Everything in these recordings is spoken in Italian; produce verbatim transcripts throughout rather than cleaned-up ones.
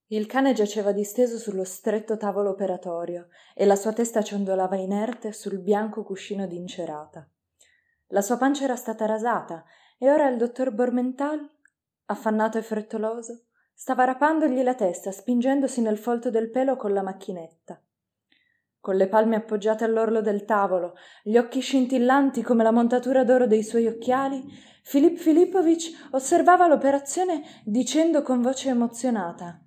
Il cane giaceva disteso sullo stretto tavolo operatorio e la sua testa ciondolava inerte sul bianco cuscino d'incerata. La sua pancia era stata rasata e ora il dottor Bormental, affannato e frettoloso, stava rapandogli la testa, spingendosi nel folto del pelo con la macchinetta. Con le palme appoggiate all'orlo del tavolo, gli occhi scintillanti come la montatura d'oro dei suoi occhiali, Filip Filipovic osservava l'operazione dicendo con voce emozionata: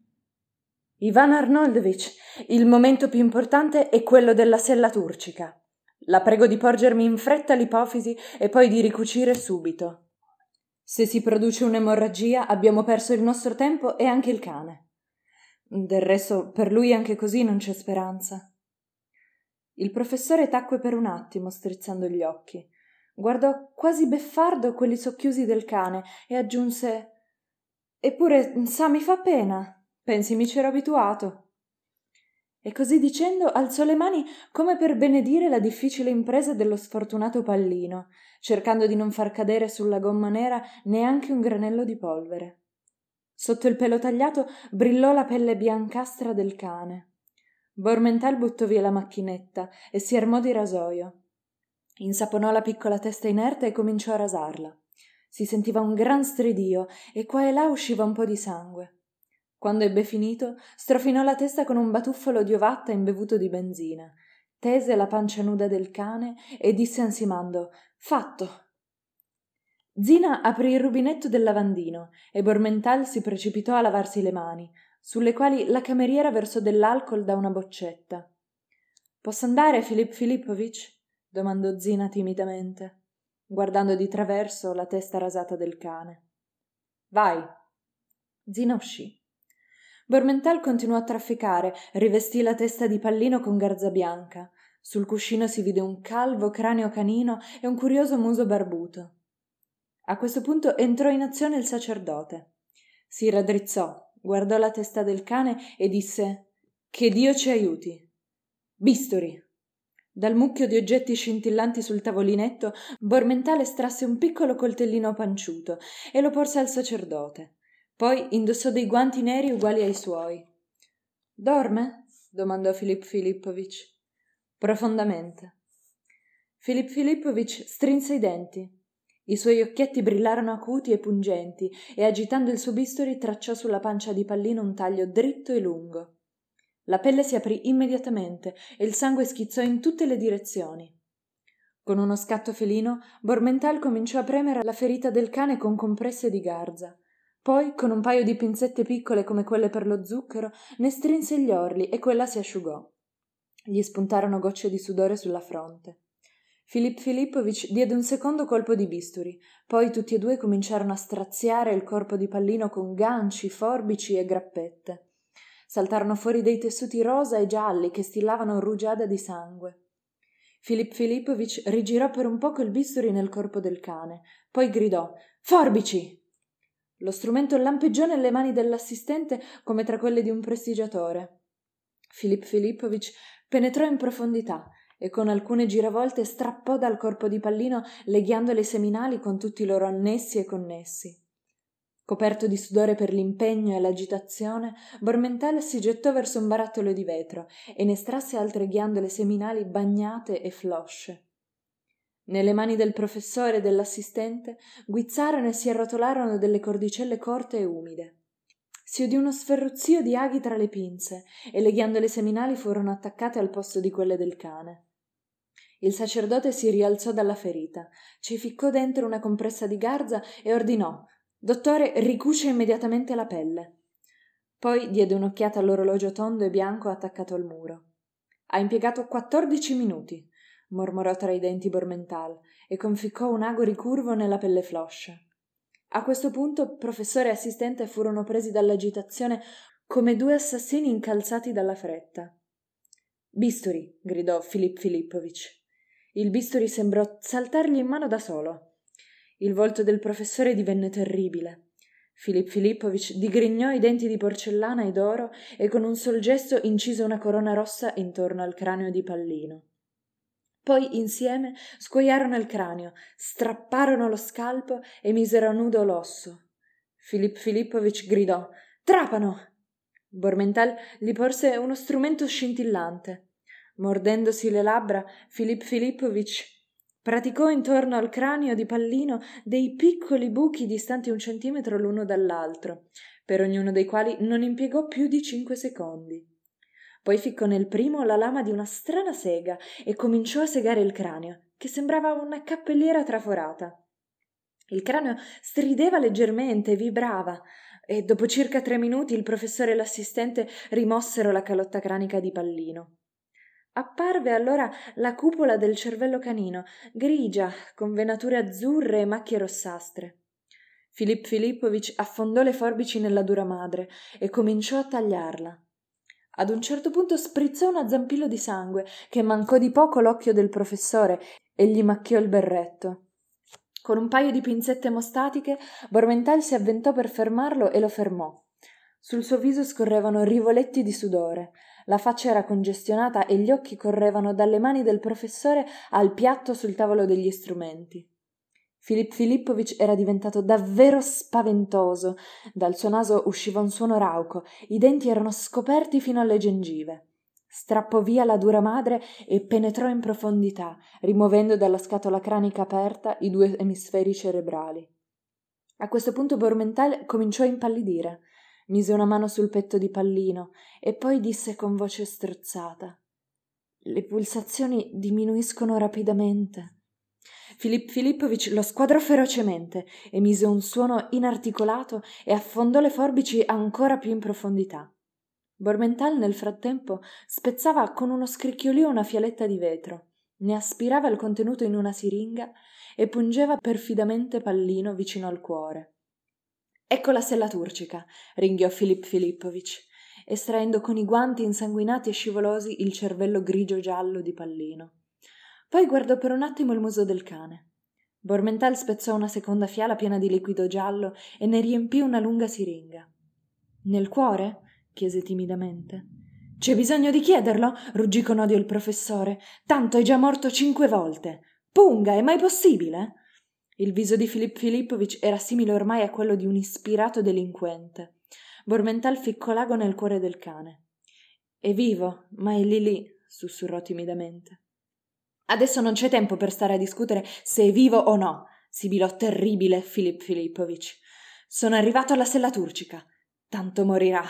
«Ivan Arnoldovich, il momento più importante è quello della sella turcica. La prego di porgermi in fretta l'ipofisi e poi di ricucire subito. Se si produce un'emorragia abbiamo perso il nostro tempo e anche il cane. Del resto per lui anche così non c'è speranza». Il professore tacque per un attimo, strizzando gli occhi. Guardò quasi beffardo quelli socchiusi del cane e aggiunse: «Eppure, sa, mi fa pena. Pensi, mi c'ero abituato». E così dicendo alzò le mani come per benedire la difficile impresa dello sfortunato pallino, cercando di non far cadere sulla gomma nera neanche un granello di polvere. Sotto il pelo tagliato brillò la pelle biancastra del cane. Bormental buttò via la macchinetta e si armò di rasoio. Insaponò la piccola testa inerte e cominciò a rasarla. Si sentiva un gran stridio e qua e là usciva un po' di sangue. Quando ebbe finito, strofinò la testa con un batuffolo di ovatta imbevuto di benzina, tese la pancia nuda del cane e disse ansimando: «Fatto!». Zina aprì il rubinetto del lavandino e Bormental si precipitò a lavarsi le mani, sulle quali la cameriera versò dell'alcol da una boccetta. «Posso andare, Filip Filipovic?» domandò Zina timidamente, guardando di traverso la testa rasata del cane. «Vai!». Zina uscì. Bormental continuò a trafficare, rivestì la testa di pallino con garza bianca. Sul cuscino si vide un calvo cranio canino e un curioso muso barbuto. A questo punto entrò in azione il sacerdote. Si raddrizzò, guardò la testa del cane e disse: «Che Dio ci aiuti!». «Bisturi!». Dal mucchio di oggetti scintillanti sul tavolinetto, Bormental estrasse un piccolo coltellino panciuto e lo porse al sacerdote. Poi indossò dei guanti neri uguali ai suoi. «Dorme?» domandò Filip Filipovic. «Profondamente». Filip Filipovic strinse i denti. I suoi occhietti brillarono acuti e pungenti e agitando il suo bisturi tracciò sulla pancia di pallino un taglio dritto e lungo. La pelle si aprì immediatamente e il sangue schizzò in tutte le direzioni. Con uno scatto felino, Bormental cominciò a premere la ferita del cane con compresse di garza. Poi, con un paio di pinzette piccole come quelle per lo zucchero, ne strinse gli orli e quella si asciugò. Gli spuntarono gocce di sudore sulla fronte. Filip Filipovic diede un secondo colpo di bisturi, poi tutti e due cominciarono a straziare il corpo di pallino con ganci, forbici e grappette. Saltarono fuori dei tessuti rosa e gialli che stillavano rugiada di sangue. Filip Filipovic rigirò per un poco il bisturi nel corpo del cane, poi gridò: «Forbici!». Lo strumento lampeggiò nelle mani dell'assistente come tra quelle di un prestigiatore. Filip Filipovic penetrò in profondità e con alcune giravolte strappò dal corpo di pallino le ghiandole seminali con tutti i loro annessi e connessi. Coperto di sudore per l'impegno e l'agitazione, Bormental si gettò verso un barattolo di vetro e ne estrasse altre ghiandole seminali bagnate e flosce. Nelle mani del professore e dell'assistente guizzarono e si arrotolarono delle cordicelle corte e umide. Si udì uno sferruzzio di aghi tra le pinze e le ghiandole seminali furono attaccate al posto di quelle del cane. Il sacerdote si rialzò dalla ferita, ci ficcò dentro una compressa di garza e ordinò: «Dottore, ricuce immediatamente la pelle». Poi diede un'occhiata all'orologio tondo e bianco attaccato al muro. «Ha impiegato quattordici minuti», mormorò tra i denti Bormental e conficcò un ago ricurvo nella pelle floscia. A questo punto professore e assistente furono presi dall'agitazione come due assassini incalzati dalla fretta. «Bisturi», gridò Filip Filipovic. Il bisturi sembrò saltargli in mano da solo. Il volto del professore divenne terribile. Filip Filipovic digrignò i denti di porcellana e d'oro e con un sol gesto incise una corona rossa intorno al cranio di pallino. Poi insieme scuoiarono il cranio, strapparono lo scalpo e misero a nudo l'osso. Filip Filipovic gridò: «Trapano!». Bormental gli porse uno strumento scintillante. Mordendosi le labbra, Filip Filippovic praticò intorno al cranio di Pallino dei piccoli buchi distanti un centimetro l'uno dall'altro, per ognuno dei quali non impiegò più di cinque secondi. Poi ficcò nel primo la lama di una strana sega e cominciò a segare il cranio, che sembrava una cappelliera traforata. Il cranio strideva leggermente, vibrava, e dopo circa tre minuti il professore e l'assistente rimossero la calotta cranica di Pallino. Apparve allora la cupola del cervello canino, grigia, con venature azzurre e macchie rossastre. Filip Filippovic affondò le forbici nella dura madre e cominciò a tagliarla. Ad un certo punto sprizzò una zampillo di sangue che mancò di poco l'occhio del professore e gli macchiò il berretto. Con un paio di pinzette emostatiche, Bormental si avventò per fermarlo e lo fermò. Sul suo viso scorrevano rivoletti di sudore, la faccia era congestionata e gli occhi correvano dalle mani del professore al piatto sul tavolo degli strumenti. Filip Filippovic era diventato davvero spaventoso, dal suo naso usciva un suono rauco, i denti erano scoperti fino alle gengive. Strappò via la dura madre e penetrò in profondità, rimuovendo dalla scatola cranica aperta i due emisferi cerebrali. A questo punto Bormental cominciò a impallidire. Mise una mano sul petto di Pallino e poi disse con voce strozzata: «Le pulsazioni diminuiscono rapidamente». Filip Filippovic lo squadrò ferocemente, emise un suono inarticolato e affondò le forbici ancora più in profondità. Bormental nel frattempo spezzava con uno scricchiolio una fialetta di vetro, ne aspirava il contenuto in una siringa e pungeva perfidamente Pallino vicino al cuore. «Ecco la sella turcica», ringhiò Filip Filippovic, estraendo con i guanti insanguinati e scivolosi il cervello grigio-giallo di Pallino. Poi guardò per un attimo il muso del cane. Bormental spezzò una seconda fiala piena di liquido giallo e ne riempì una lunga siringa. «Nel cuore?» chiese timidamente. «C'è bisogno di chiederlo?» ruggì con odio il professore. «Tanto è già morto cinque volte. Punga, è mai possibile?» Il viso di Filip Filippovic era simile ormai a quello di un ispirato delinquente. Bormental ficcò l'ago nel cuore del cane. «È vivo, ma è lì lì», sussurrò timidamente. «Adesso non c'è tempo per stare a discutere se è vivo o no», sibilò terribile Filip Filippovic. «Sono arrivato alla sella turcica. Tanto morirà.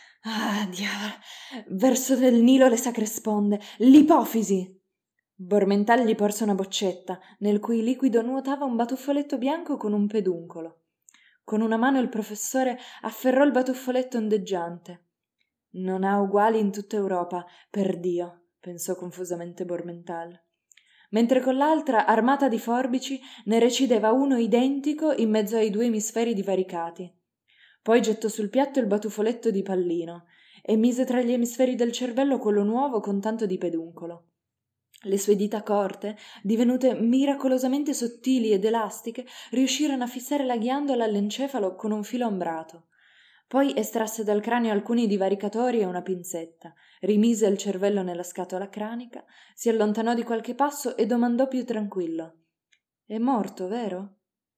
Ah, diavolo! Verso del Nilo le sacre sponde. L'ipofisi!» Bormental gli porse una boccetta, nel cui liquido nuotava un batuffoletto bianco con un peduncolo. Con una mano il professore afferrò il batuffoletto ondeggiante. «Non ha uguali in tutta Europa, per Dio», pensò confusamente Bormental. Mentre con l'altra, armata di forbici, ne recideva uno identico in mezzo ai due emisferi divaricati. Poi gettò sul piatto il batuffoletto di Pallino e mise tra gli emisferi del cervello quello nuovo con tanto di peduncolo. Le sue dita corte, divenute miracolosamente sottili ed elastiche, riuscirono a fissare la ghiandola all'encefalo con un filo ambrato. Poi estrasse dal cranio alcuni divaricatori e una pinzetta, rimise il cervello nella scatola cranica, si allontanò di qualche passo e domandò più tranquillo: «È morto, vero?»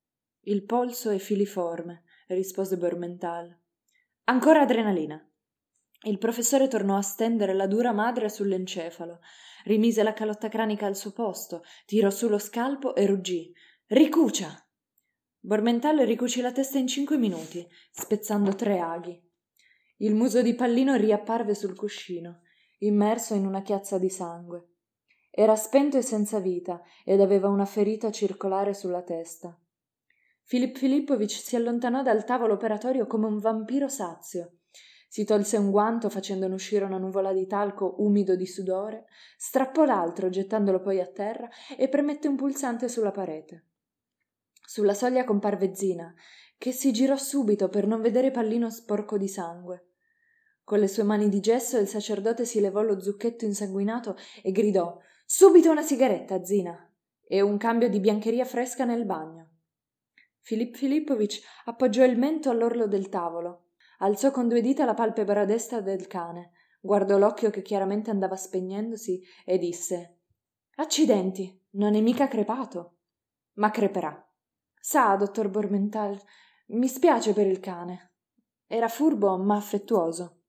«Il polso è filiforme», rispose Bormental. «Ancora adrenalina». Il professore tornò a stendere la dura madre sull'encefalo, rimise la calotta cranica al suo posto, tirò su lo scalpo e ruggì: «Ricucia!» Bormental ricucì la testa in cinque minuti, spezzando tre aghi. Il muso di Pallino riapparve sul cuscino, immerso in una chiazza di sangue. Era spento e senza vita ed aveva una ferita circolare sulla testa. Filip Filippovic si allontanò dal tavolo operatorio come un vampiro sazio. Si tolse un guanto facendone uscire una nuvola di talco umido di sudore, strappò l'altro gettandolo poi a terra e premette un pulsante sulla parete. Sulla soglia comparve Zina, che si girò subito per non vedere Pallino sporco di sangue. Con le sue mani di gesso il sacerdote si levò lo zucchetto insanguinato e gridò: «Subito una sigaretta, Zina! E un cambio di biancheria fresca nel bagno!» Filip Filippovic appoggiò il mento all'orlo del tavolo, alzò con due dita la palpebra destra del cane, guardò l'occhio che chiaramente andava spegnendosi e disse: «Accidenti, non è mica crepato!» «Ma creperà. Sa, dottor Bormental, mi spiace per il cane. Era furbo ma affettuoso».